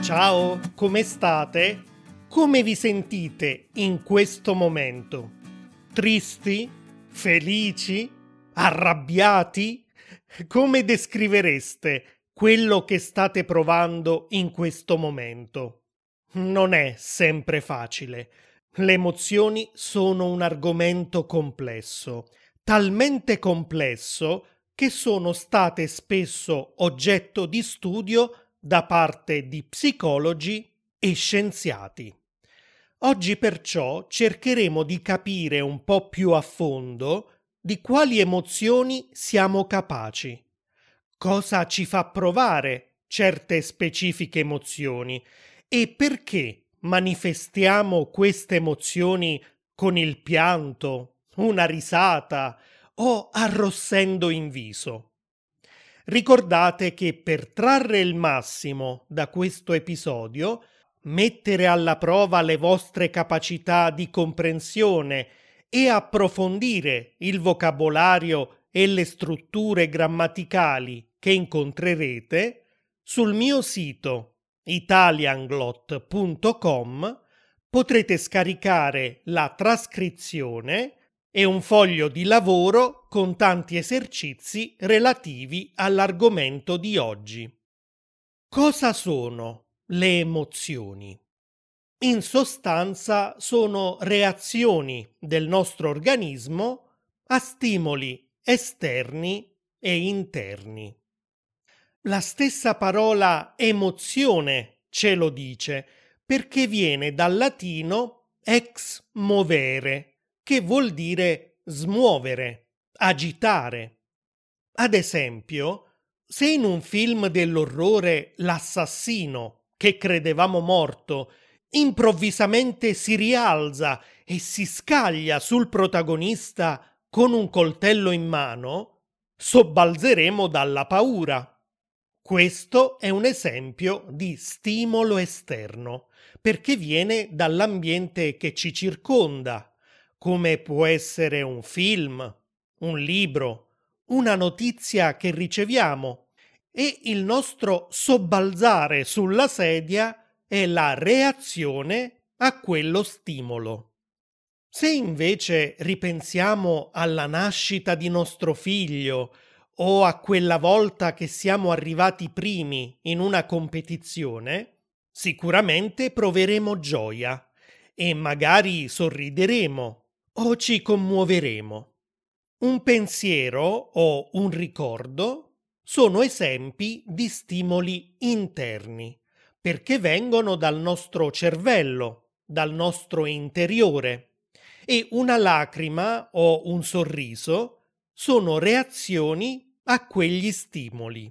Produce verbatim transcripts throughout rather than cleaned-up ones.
Ciao, come state? Come vi sentite in questo momento? Tristi? Felici? Arrabbiati? Come descrivereste quello che state provando in questo momento? Non è sempre facile. Le emozioni sono un argomento complesso, talmente complesso che sono state spesso oggetto di studio da parte di psicologi e scienziati. Oggi perciò cercheremo di capire un po' più a fondo di quali emozioni siamo capaci, cosa ci fa provare certe specifiche emozioni e perché manifestiamo queste emozioni con il pianto, una risata o arrossendo in viso. Ricordate che per trarre il massimo da questo episodio, mettere alla prova le vostre capacità di comprensione e approfondire il vocabolario e le strutture grammaticali che incontrerete, sul mio sito italianglot punto com potrete scaricare la trascrizione e un foglio di lavoro con tanti esercizi relativi all'argomento di oggi. Cosa sono le emozioni? In sostanza sono reazioni del nostro organismo a stimoli esterni e interni. La stessa parola emozione ce lo dice perché viene dal latino ex movere, che vuol dire smuovere, agitare. Ad esempio, se in un film dell'orrore l'assassino, che credevamo morto, improvvisamente si rialza e si scaglia sul protagonista con un coltello in mano, sobbalzeremo dalla paura. Questo è un esempio di stimolo esterno, perché viene dall'ambiente che ci circonda, come può essere un film, un libro, una notizia che riceviamo, e il nostro sobbalzare sulla sedia è la reazione a quello stimolo. Se invece ripensiamo alla nascita di nostro figlio o a quella volta che siamo arrivati primi in una competizione, sicuramente proveremo gioia e magari sorrideremo o ci commuoveremo. Un pensiero o un ricordo sono esempi di stimoli interni, perché vengono dal nostro cervello, dal nostro interiore, e una lacrima o un sorriso sono reazioni a quegli stimoli.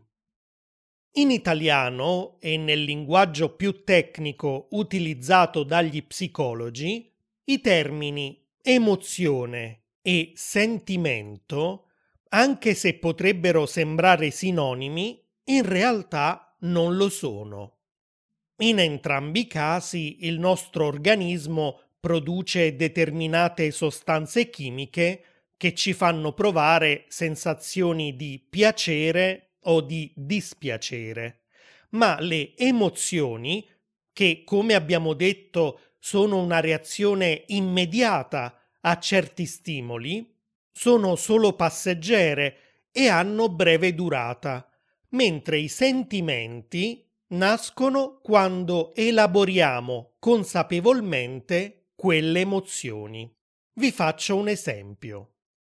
In italiano e nel linguaggio più tecnico utilizzato dagli psicologi, i termini emozione e sentimento, anche se potrebbero sembrare sinonimi, in realtà non lo sono. In entrambi i casi il nostro organismo produce determinate sostanze chimiche che ci fanno provare sensazioni di piacere o di dispiacere, ma le emozioni, che come abbiamo detto sono una reazione immediata a certi stimoli, sono solo passeggere e hanno breve durata, mentre i sentimenti nascono quando elaboriamo consapevolmente quelle emozioni. Vi faccio un esempio.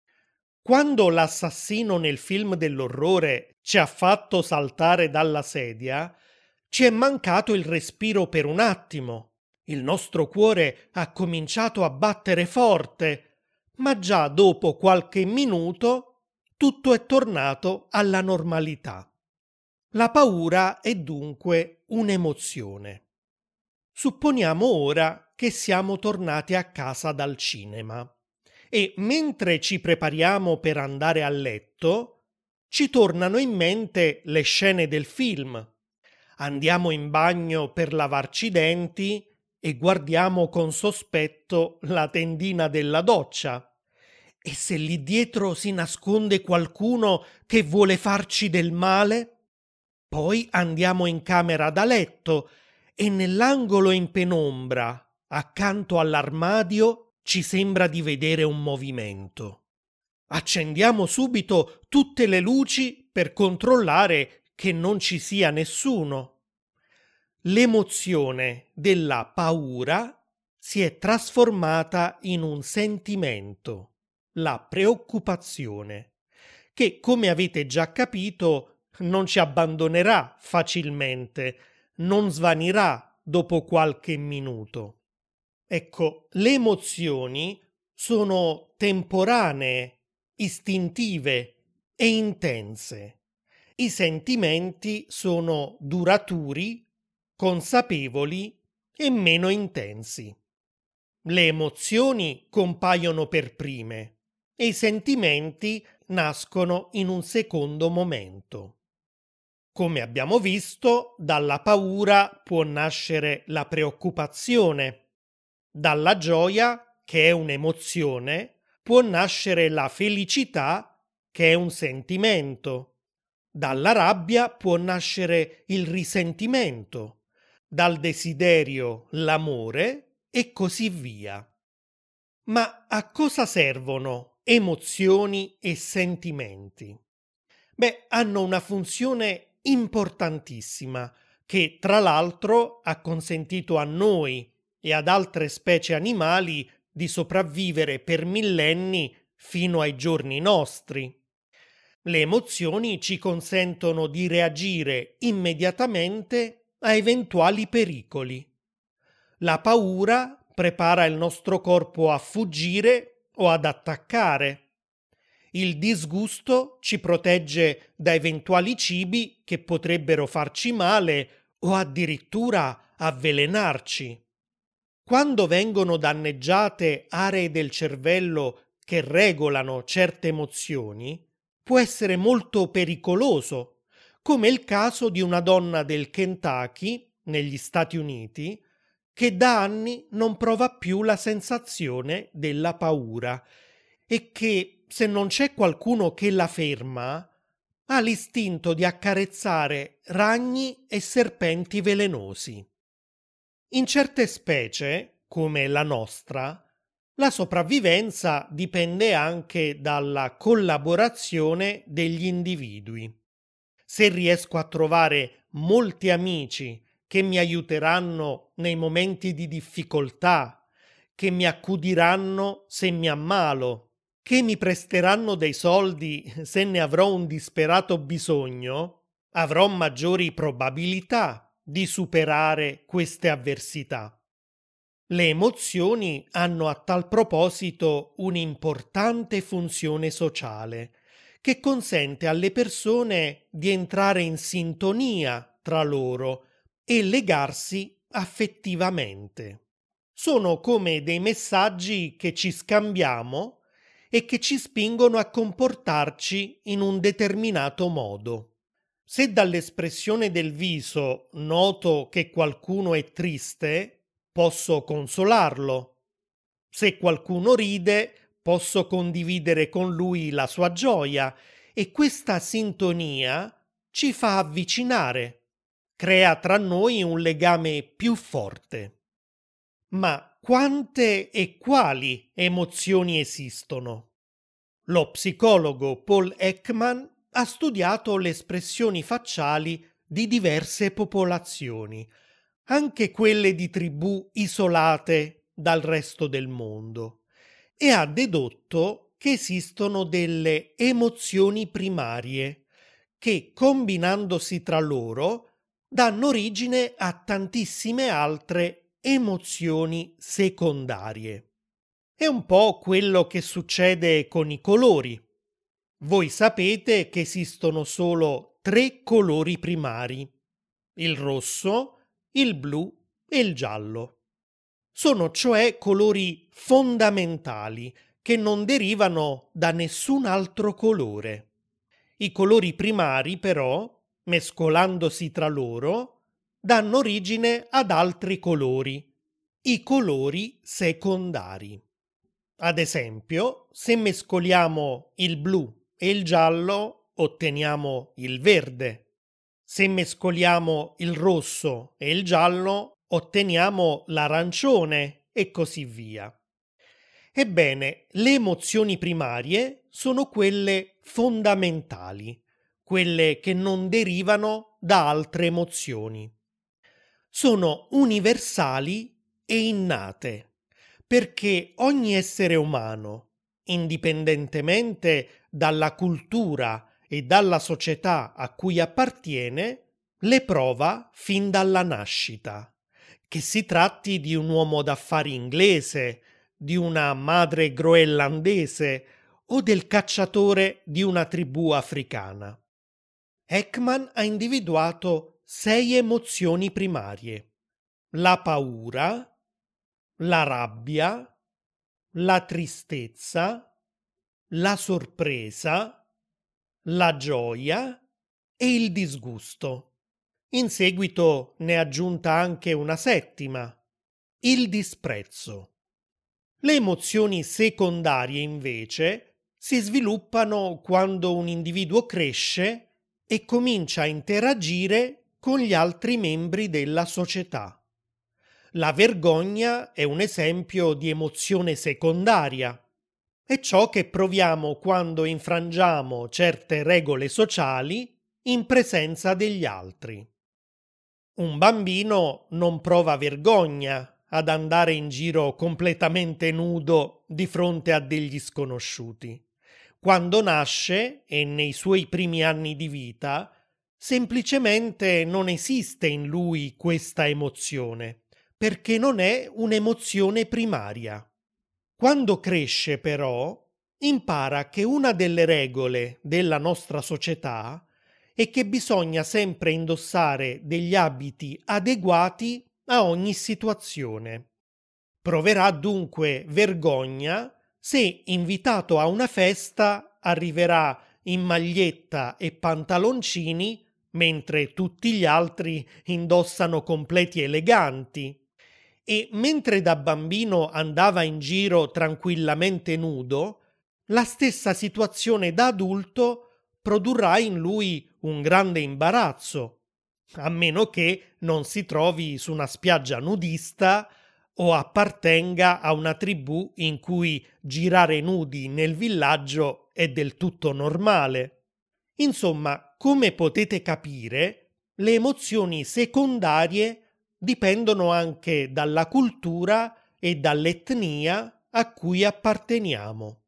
Quando l'assassino nel film dell'orrore ci ha fatto saltare dalla sedia, ci è mancato il respiro per un attimo. Il nostro cuore ha cominciato a battere forte, ma già dopo qualche minuto tutto è tornato alla normalità. La paura è dunque un'emozione. Supponiamo ora che siamo tornati a casa dal cinema e mentre ci prepariamo per andare a letto, ci tornano in mente le scene del film. Andiamo in bagno per lavarci i denti e guardiamo con sospetto la tendina della doccia. E se lì dietro si nasconde qualcuno che vuole farci del male? Poi andiamo in camera da letto e nell'angolo in penombra, accanto all'armadio, ci sembra di vedere un movimento. Accendiamo subito tutte le luci per controllare che non ci sia nessuno. L'emozione della paura si è trasformata in un sentimento, la preoccupazione, che, come avete già capito, non ci abbandonerà facilmente, non svanirà dopo qualche minuto. Ecco, le emozioni sono temporanee, istintive e intense. I sentimenti sono duraturi, consapevoli e meno intensi. Le emozioni compaiono per prime e i sentimenti nascono in un secondo momento. Come abbiamo visto, dalla paura può nascere la preoccupazione, dalla gioia, che è un'emozione, può nascere la felicità, che è un sentimento. Dalla rabbia può nascere il risentimento, dal desiderio l'amore e così via. Ma a cosa servono emozioni e sentimenti? Beh, hanno una funzione importantissima che, tra l'altro, ha consentito a noi e ad altre specie animali di sopravvivere per millenni fino ai giorni nostri. Le emozioni ci consentono di reagire immediatamente a eventuali pericoli. La paura prepara il nostro corpo a fuggire o ad attaccare. Il disgusto ci protegge da eventuali cibi che potrebbero farci male o addirittura avvelenarci. Quando vengono danneggiate aree del cervello che regolano certe emozioni, può essere molto pericoloso, come il caso di una donna del Kentucky, negli Stati Uniti, che da anni non prova più la sensazione della paura e che, se non c'è qualcuno che la ferma, ha l'istinto di accarezzare ragni e serpenti velenosi. In certe specie, come la nostra, la sopravvivenza dipende anche dalla collaborazione degli individui. Se riesco a trovare molti amici che mi aiuteranno nei momenti di difficoltà, che mi accudiranno se mi ammalo, che mi presteranno dei soldi se ne avrò un disperato bisogno, avrò maggiori probabilità di superare queste avversità. Le emozioni hanno a tal proposito un'importante funzione sociale che consente alle persone di entrare in sintonia tra loro e legarsi affettivamente. Sono come dei messaggi che ci scambiamo e che ci spingono a comportarci in un determinato modo. Se dall'espressione del viso noto che qualcuno è triste, posso consolarlo. Se qualcuno ride, posso condividere con lui la sua gioia e questa sintonia ci fa avvicinare, crea tra noi un legame più forte. Ma quante e quali emozioni esistono? Lo psicologo Paul Ekman ha studiato le espressioni facciali di diverse popolazioni, anche quelle di tribù isolate dal resto del mondo, e ha dedotto che esistono delle emozioni primarie che, combinandosi tra loro, danno origine a tantissime altre emozioni secondarie. È un po' quello che succede con i colori. Voi sapete che esistono solo tre colori primari: il rosso, il blu e il giallo. Sono cioè colori fondamentali che non derivano da nessun altro colore. I colori primari, però, mescolandosi tra loro, danno origine ad altri colori, i colori secondari. Ad esempio, se mescoliamo il blu e il giallo, otteniamo il verde. Se mescoliamo il rosso e il giallo, otteniamo l'arancione e così via. Ebbene, le emozioni primarie sono quelle fondamentali, quelle che non derivano da altre emozioni. Sono universali e innate, perché ogni essere umano, indipendentemente dalla cultura e dalla società a cui appartiene, le prova fin dalla nascita. Che si tratti di un uomo d'affari inglese, di una madre groenlandese o del cacciatore di una tribù africana. Ekman ha individuato sei emozioni primarie: la paura, la rabbia, la tristezza, la sorpresa, la gioia e il disgusto. In seguito ne ha aggiunta anche una settima, il disprezzo. Le emozioni secondarie, invece, si sviluppano quando un individuo cresce e comincia a interagire con gli altri membri della società. La vergogna è un esempio di emozione secondaria. È ciò che proviamo quando infrangiamo certe regole sociali in presenza degli altri. Un bambino non prova vergogna ad andare in giro completamente nudo di fronte a degli sconosciuti. Quando nasce e nei suoi primi anni di vita, semplicemente non esiste in lui questa emozione, perché non è un'emozione primaria. Quando cresce, però, impara che una delle regole della nostra società è che bisogna sempre indossare degli abiti adeguati a ogni situazione. Proverà dunque vergogna se, invitato a una festa, arriverà in maglietta e pantaloncini mentre tutti gli altri indossano completi eleganti. E mentre da bambino andava in giro tranquillamente nudo, la stessa situazione da adulto produrrà in lui un grande imbarazzo, a meno che non si trovi su una spiaggia nudista o appartenga a una tribù in cui girare nudi nel villaggio è del tutto normale. Insomma, come potete capire, le emozioni secondarie dipendono anche dalla cultura e dall'etnia a cui apparteniamo.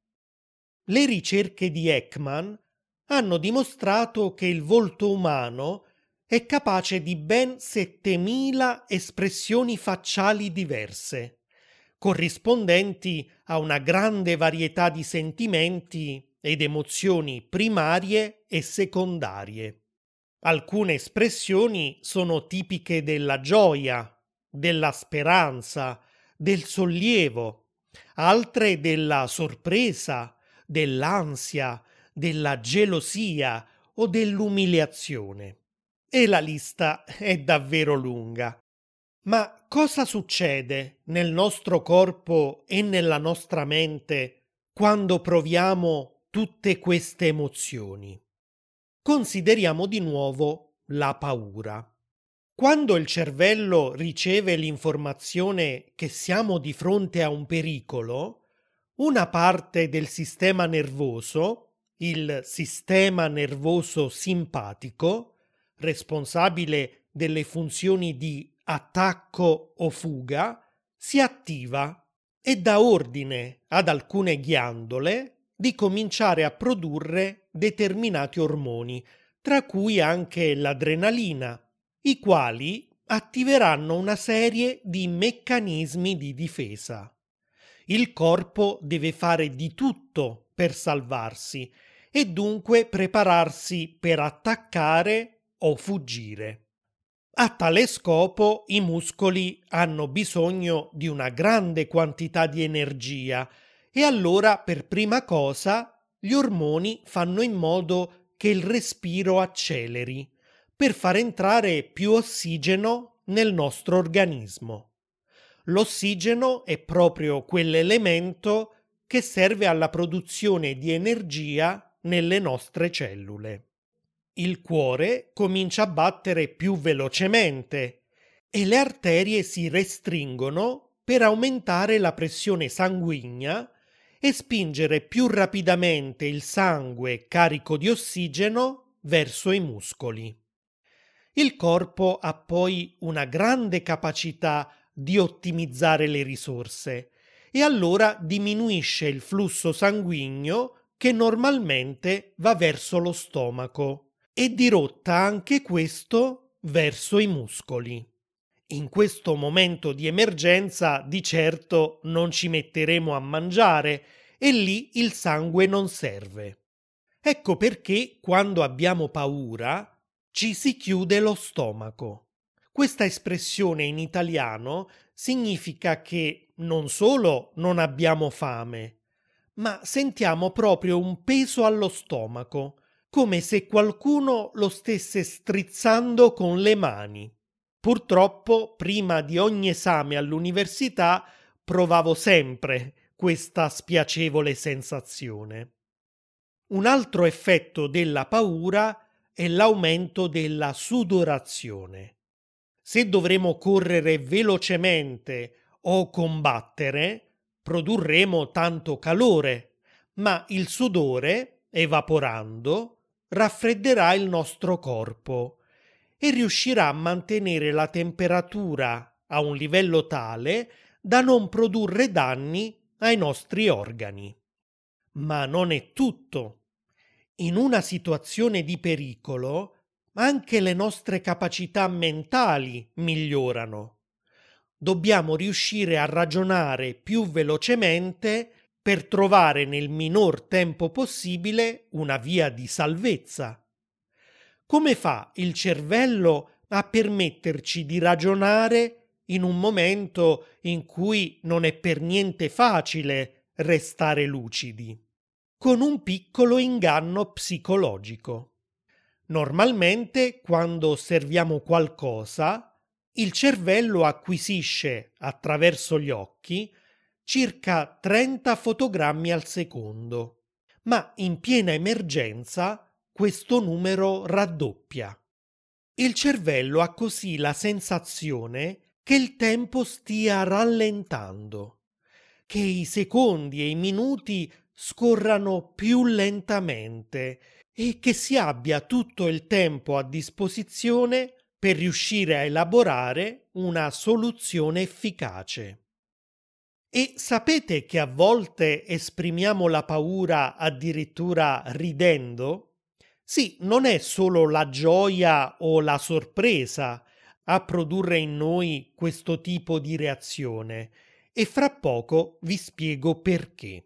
Le ricerche di Ekman hanno dimostrato che il volto umano è capace di ben settemila espressioni facciali diverse, corrispondenti a una grande varietà di sentimenti ed emozioni primarie e secondarie. Alcune espressioni sono tipiche della gioia, della speranza, del sollievo, altre della sorpresa, dell'ansia, della gelosia o dell'umiliazione. E la lista è davvero lunga. Ma cosa succede nel nostro corpo e nella nostra mente quando proviamo tutte queste emozioni? Consideriamo di nuovo la paura. Quando il cervello riceve l'informazione che siamo di fronte a un pericolo, una parte del sistema nervoso, il sistema nervoso simpatico, responsabile delle funzioni di attacco o fuga, si attiva e dà ordine ad alcune ghiandole di cominciare a produrre determinati ormoni, tra cui anche l'adrenalina, i quali attiveranno una serie di meccanismi di difesa. Il corpo deve fare di tutto per salvarsi e dunque prepararsi per attaccare o fuggire. A tale scopo i muscoli hanno bisogno di una grande quantità di energia e allora per prima cosa gli ormoni fanno in modo che il respiro acceleri per far entrare più ossigeno nel nostro organismo. L'ossigeno è proprio quell'elemento che serve alla produzione di energia nelle nostre cellule. Il cuore comincia a battere più velocemente e le arterie si restringono per aumentare la pressione sanguigna e spingere più rapidamente il sangue carico di ossigeno verso i muscoli. Il corpo ha poi una grande capacità di ottimizzare le risorse e allora diminuisce il flusso sanguigno che normalmente va verso lo stomaco e dirotta anche questo verso i muscoli. In questo momento di emergenza di certo non ci metteremo a mangiare e lì il sangue non serve. Ecco perché quando abbiamo paura ci si chiude lo stomaco. Questa espressione in italiano significa che non solo non abbiamo fame, ma sentiamo proprio un peso allo stomaco, come se qualcuno lo stesse strizzando con le mani. Purtroppo, prima di ogni esame all'università, provavo sempre questa spiacevole sensazione. Un altro effetto della paura è l'aumento della sudorazione. Se dovremo correre velocemente o combattere, produrremo tanto calore, ma il sudore, evaporando, raffredderà il nostro corpo e riuscirà a mantenere la temperatura a un livello tale da non produrre danni ai nostri organi. Ma non è tutto. In una situazione di pericolo, anche le nostre capacità mentali migliorano. Dobbiamo riuscire a ragionare più velocemente per trovare nel minor tempo possibile una via di salvezza. Come fa il cervello a permetterci di ragionare in un momento in cui non è per niente facile restare lucidi? Con un piccolo inganno psicologico. Normalmente, quando osserviamo qualcosa, il cervello acquisisce, attraverso gli occhi, circa trenta fotogrammi al secondo, ma in piena emergenza questo numero raddoppia. Il cervello ha così la sensazione che il tempo stia rallentando, che i secondi e i minuti scorrano più lentamente e che si abbia tutto il tempo a disposizione per riuscire a elaborare una soluzione efficace. E sapete che a volte esprimiamo la paura addirittura ridendo? Sì, non è solo la gioia o la sorpresa a produrre in noi questo tipo di reazione, e fra poco vi spiego perché.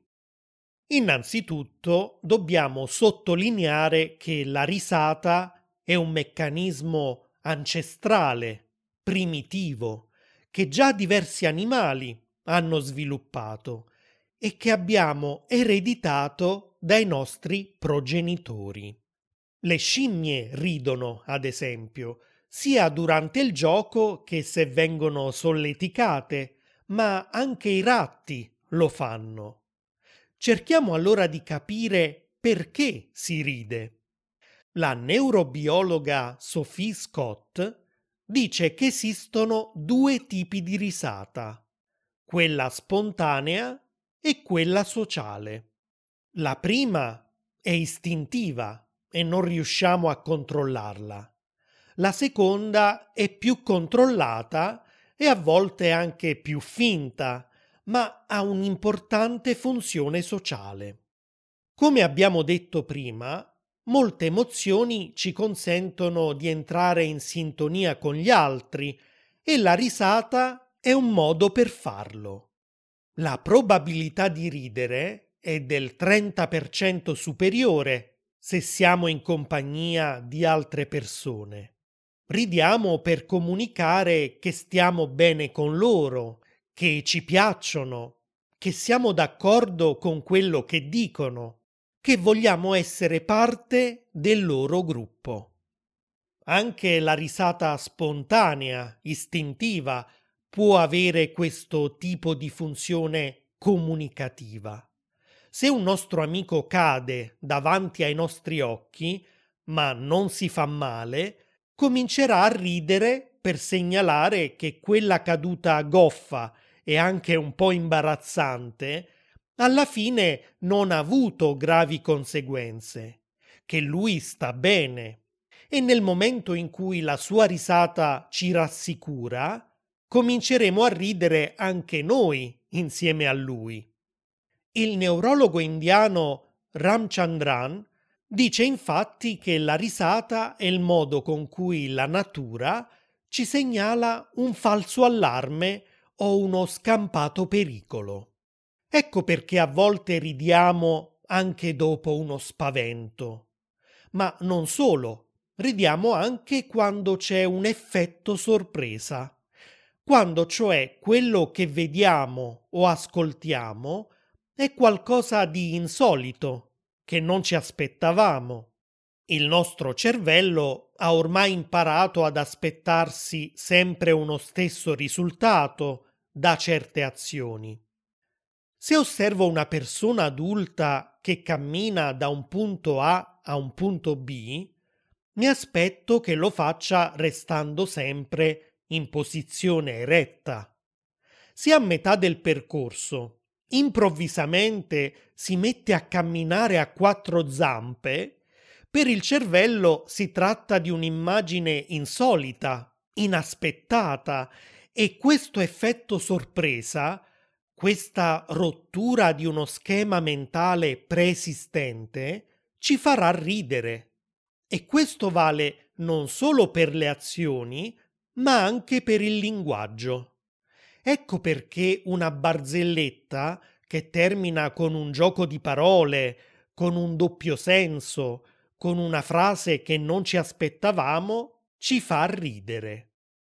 Innanzitutto dobbiamo sottolineare che la risata è un meccanismo ancestrale, primitivo, che già diversi animali hanno sviluppato e che abbiamo ereditato dai nostri progenitori. Le scimmie ridono, ad esempio, sia durante il gioco che se vengono solleticate, ma anche i ratti lo fanno. Cerchiamo allora di capire perché si ride. La neurobiologa Sophie Scott dice che esistono due tipi di risata, quella spontanea e quella sociale. La prima è istintiva e non riusciamo a controllarla. La seconda è più controllata e a volte anche più finta, ma ha un'importante funzione sociale. Come abbiamo detto prima, molte emozioni ci consentono di entrare in sintonia con gli altri e la risata è un modo per farlo. La probabilità di ridere è del trenta per cento superiore se siamo in compagnia di altre persone. Ridiamo per comunicare che stiamo bene con loro, che ci piacciono, che siamo d'accordo con quello che dicono, che vogliamo essere parte del loro gruppo. Anche la risata spontanea, istintiva, può avere questo tipo di funzione comunicativa. Se un nostro amico cade davanti ai nostri occhi, ma non si fa male, comincerà a ridere per segnalare che quella caduta goffa e anche un po' imbarazzante alla fine non ha avuto gravi conseguenze, che lui sta bene. E nel momento in cui la sua risata ci rassicura, cominceremo a ridere anche noi insieme a lui. Il neurologo indiano Ramchandran dice infatti che la risata è il modo con cui la natura ci segnala un falso allarme o uno scampato pericolo. Ecco perché a volte ridiamo anche dopo uno spavento. Ma non solo, ridiamo anche quando c'è un effetto sorpresa. Quando cioè quello che vediamo o ascoltiamo è qualcosa di insolito, che non ci aspettavamo. Il nostro cervello ha ormai imparato ad aspettarsi sempre uno stesso risultato da certe azioni. Se osservo una persona adulta che cammina da un punto A a un punto B, mi aspetto che lo faccia restando sempre in posizione eretta. Se a metà del percorso improvvisamente si mette a camminare a quattro zampe, per il cervello si tratta di un'immagine insolita, inaspettata, e questo effetto sorpresa, questa rottura di uno schema mentale preesistente, ci farà ridere. E questo vale non solo per le azioni, ma anche per il linguaggio. Ecco perché una barzelletta che termina con un gioco di parole, con un doppio senso, con una frase che non ci aspettavamo, ci fa ridere.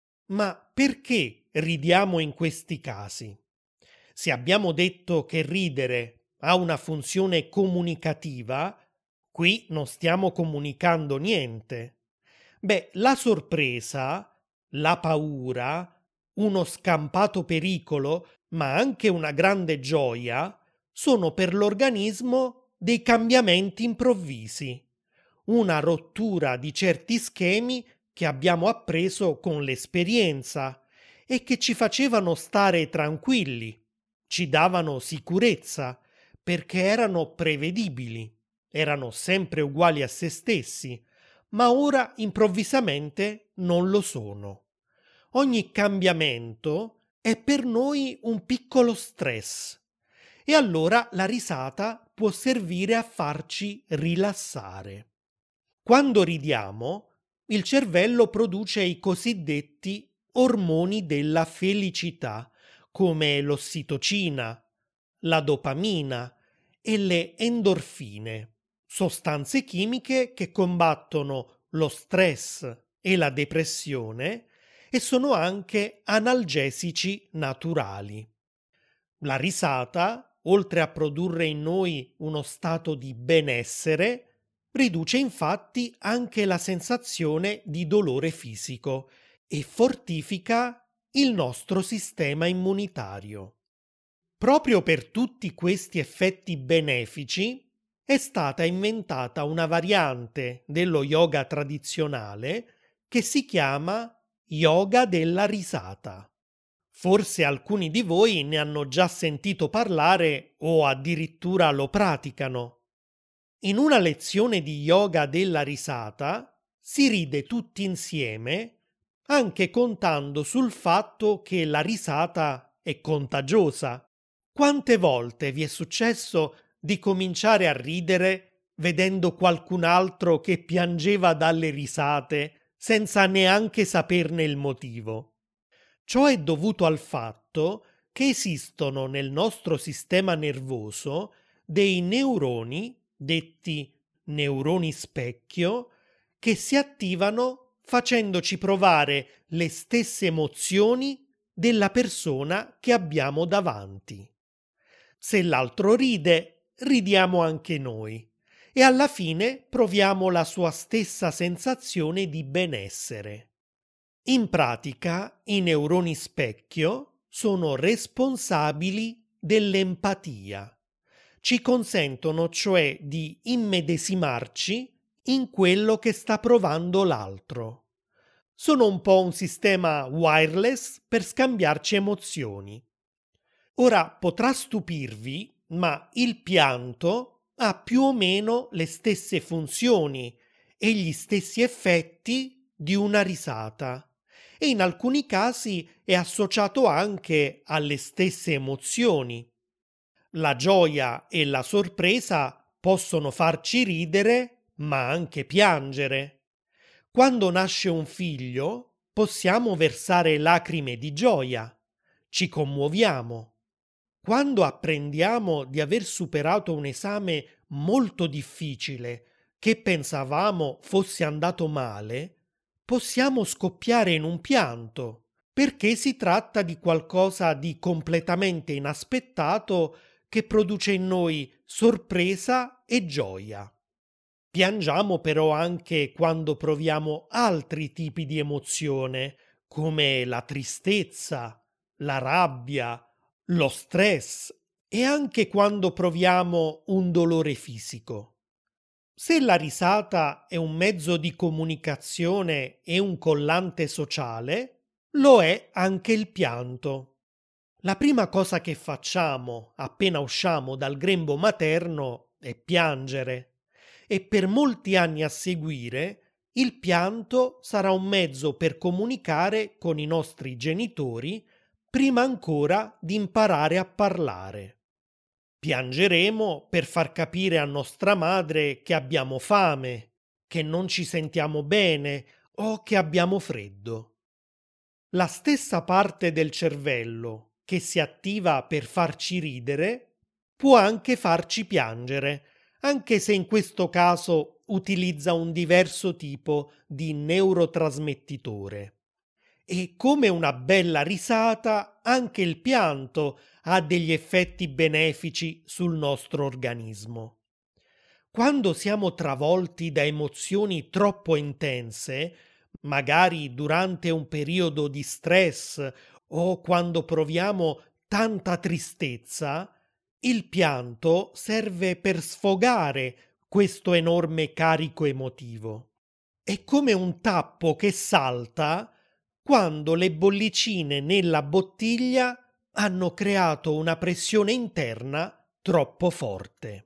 Ma perché ridiamo in questi casi? Se abbiamo detto che ridere ha una funzione comunicativa, qui non stiamo comunicando niente. Beh, la sorpresa, la paura, uno scampato pericolo, ma anche una grande gioia, sono per l'organismo dei cambiamenti improvvisi, una rottura di certi schemi che abbiamo appreso con l'esperienza e che ci facevano stare tranquilli, ci davano sicurezza, perché erano prevedibili, erano sempre uguali a se stessi, ma ora improvvisamente non lo sono. Ogni cambiamento è per noi un piccolo stress e allora la risata può servire a farci rilassare. Quando ridiamo, il cervello produce i cosiddetti ormoni della felicità, come l'ossitocina, la dopamina e le endorfine, sostanze chimiche che combattono lo stress e la depressione e sono anche analgesici naturali. La risata, oltre a produrre in noi uno stato di benessere, riduce infatti anche la sensazione di dolore fisico e fortifica il nostro sistema immunitario. Proprio per tutti questi effetti benefici è stata inventata una variante dello yoga tradizionale che si chiama yoga della risata. Forse alcuni di voi ne hanno già sentito parlare o addirittura lo praticano. In una lezione di yoga della risata si ride tutti insieme, anche contando sul fatto che la risata è contagiosa. Quante volte vi è successo di cominciare a ridere vedendo qualcun altro che piangeva dalle risate senza neanche saperne il motivo? Ciò è dovuto al fatto che esistono nel nostro sistema nervoso dei neuroni, detti neuroni specchio, che si attivano facendoci provare le stesse emozioni della persona che abbiamo davanti. Se l'altro ride, ridiamo anche noi e alla fine proviamo la sua stessa sensazione di benessere. In pratica, i neuroni specchio sono responsabili dell'empatia. Ci consentono cioè di immedesimarci in quello che sta provando l'altro. Sono un po' un sistema wireless per scambiarci emozioni. Ora potrà stupirvi, ma il pianto ha più o meno le stesse funzioni e gli stessi effetti di una risata e in alcuni casi è associato anche alle stesse emozioni. La gioia e la sorpresa possono farci ridere, ma anche piangere. Quando nasce un figlio, possiamo versare lacrime di gioia, ci commuoviamo. Quando apprendiamo di aver superato un esame molto difficile che pensavamo fosse andato male, possiamo scoppiare in un pianto, perché si tratta di qualcosa di completamente inaspettato che produce in noi sorpresa e gioia. Piangiamo però anche quando proviamo altri tipi di emozione, come la tristezza, la rabbia, lo stress e anche quando proviamo un dolore fisico. Se la risata è un mezzo di comunicazione e un collante sociale, lo è anche il pianto. La prima cosa che facciamo appena usciamo dal grembo materno è piangere e per molti anni a seguire il pianto sarà un mezzo per comunicare con i nostri genitori prima ancora di imparare a parlare. Piangeremo per far capire a nostra madre che abbiamo fame, che non ci sentiamo bene o che abbiamo freddo. La stessa parte del cervello che si attiva per farci ridere può anche farci piangere, anche se in questo caso utilizza un diverso tipo di neurotrasmettitore. E come una bella risata, anche il pianto ha degli effetti benefici sul nostro organismo. Quando siamo travolti da emozioni troppo intense, magari durante un periodo di stress o quando proviamo tanta tristezza, il pianto serve per sfogare questo enorme carico emotivo. È come un tappo che salta quando le bollicine nella bottiglia hanno creato una pressione interna troppo forte.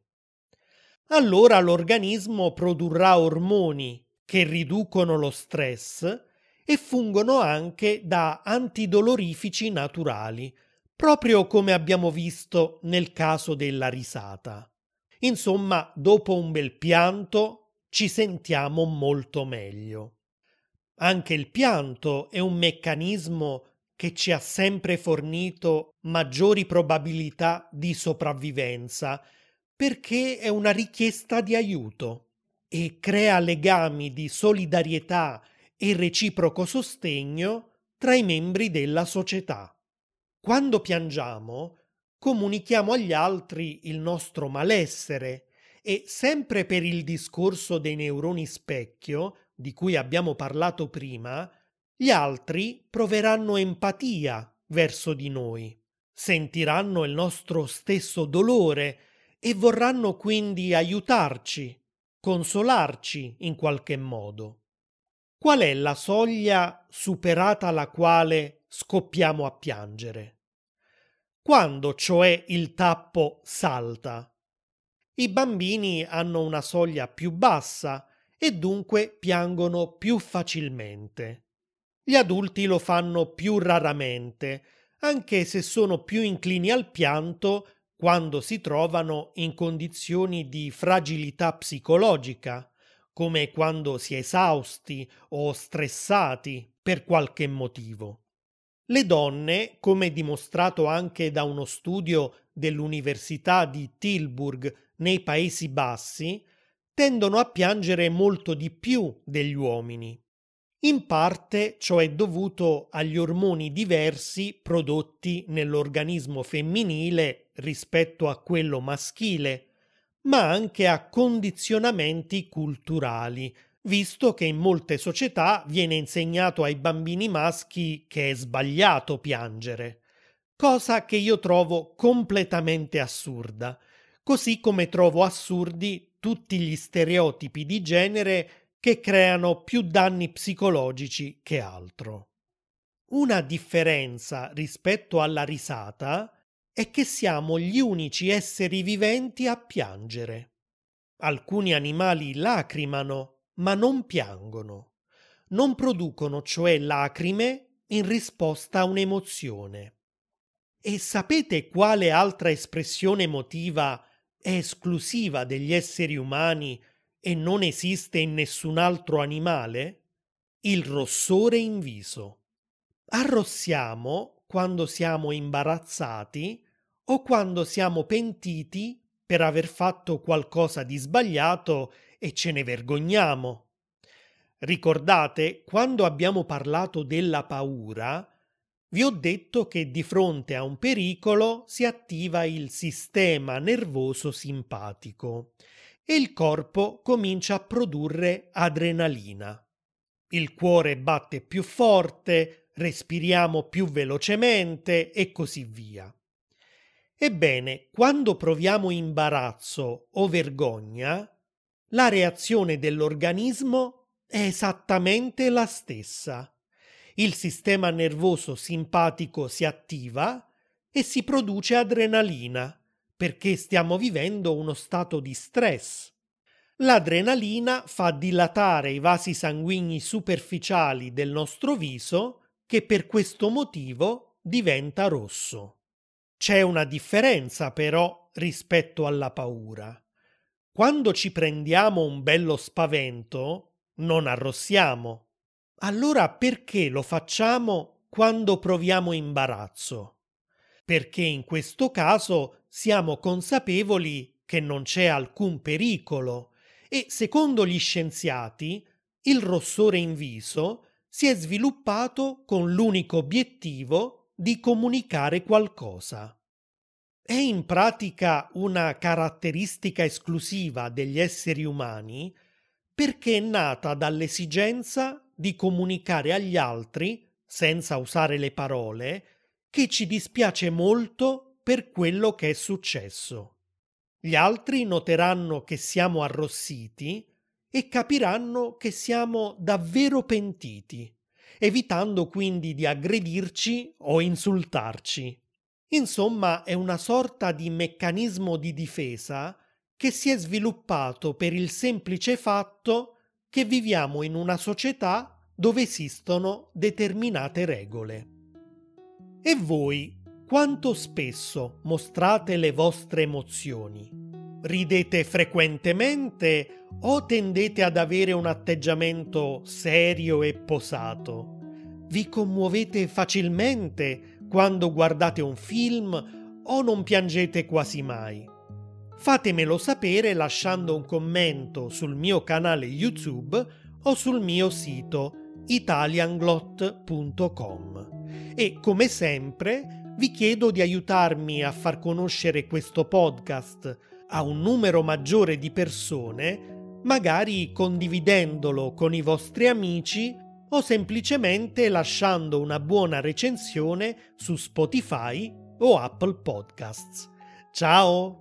Allora l'organismo produrrà ormoni che riducono lo stress e fungono anche da antidolorifici naturali, proprio come abbiamo visto nel caso della risata. Insomma, dopo un bel pianto ci sentiamo molto meglio. Anche il pianto è un meccanismo che ci ha sempre fornito maggiori probabilità di sopravvivenza perché è una richiesta di aiuto e crea legami di solidarietà e reciproco sostegno tra i membri della società. Quando piangiamo, comunichiamo agli altri il nostro malessere e sempre per il discorso dei neuroni specchio, di cui abbiamo parlato prima, gli altri proveranno empatia verso di noi, sentiranno il nostro stesso dolore e vorranno quindi aiutarci, consolarci in qualche modo. Qual è la soglia superata la quale scoppiamo a piangere? Quando, cioè, il tappo salta? I bambini hanno una soglia più bassa e dunque piangono più facilmente. Gli adulti lo fanno più raramente, anche se sono più inclini al pianto quando si trovano in condizioni di fragilità psicologica, come quando si è esausti o stressati per qualche motivo. Le donne, come dimostrato anche da uno studio dell'Università di Tilburg nei Paesi Bassi, tendono a piangere molto di più degli uomini. In parte ciò è dovuto agli ormoni diversi prodotti nell'organismo femminile rispetto a quello maschile, ma anche a condizionamenti culturali, visto che in molte società viene insegnato ai bambini maschi che è sbagliato piangere, cosa che io trovo completamente assurda, così come trovo assurdi tutti gli stereotipi di genere che creano più danni psicologici che altro. Una differenza rispetto alla risata è che siamo gli unici esseri viventi a piangere. Alcuni animali lacrimano, ma non piangono. Non producono cioè lacrime in risposta a un'emozione. E sapete quale altra espressione emotiva è esclusiva degli esseri umani e non esiste in nessun altro animale? Il rossore in viso. Arrossiamo quando siamo imbarazzati o quando siamo pentiti per aver fatto qualcosa di sbagliato e ce ne vergogniamo. Ricordate, quando abbiamo parlato della paura, vi ho detto che di fronte a un pericolo si attiva il sistema nervoso simpatico e il corpo comincia a produrre adrenalina. Il cuore batte più forte, respiriamo più velocemente e così via. Ebbene, quando proviamo imbarazzo o vergogna, la reazione dell'organismo è esattamente la stessa. Il sistema nervoso simpatico si attiva e si produce adrenalina, perché stiamo vivendo uno stato di stress. L'adrenalina fa dilatare i vasi sanguigni superficiali del nostro viso, che per questo motivo diventa rosso. C'è una differenza però rispetto alla paura. Quando ci prendiamo un bello spavento, non arrossiamo. Allora perché lo facciamo quando proviamo imbarazzo? Perché in questo caso siamo consapevoli che non c'è alcun pericolo e, secondo gli scienziati, il rossore in viso si è sviluppato con l'unico obiettivo di comunicare qualcosa. È in pratica una caratteristica esclusiva degli esseri umani perché è nata dall'esigenza di comunicare agli altri, senza usare le parole, che ci dispiace molto per quello che è successo. Gli altri noteranno che siamo arrossiti e capiranno che siamo davvero pentiti, evitando quindi di aggredirci o insultarci. Insomma, è una sorta di meccanismo di difesa che si è sviluppato per il semplice fatto che viviamo in una società dove esistono determinate regole. E voi, quanto spesso mostrate le vostre emozioni? Ridete frequentemente o tendete ad avere un atteggiamento serio e posato? Vi commuovete facilmente quando guardate un film o non piangete quasi mai? Fatemelo sapere lasciando un commento sul mio canale YouTube o sul mio sito italianglot punto com. E come sempre vi chiedo di aiutarmi a far conoscere questo podcast a un numero maggiore di persone, magari condividendolo con i vostri amici o semplicemente lasciando una buona recensione su Spotify o Apple Podcasts. Ciao!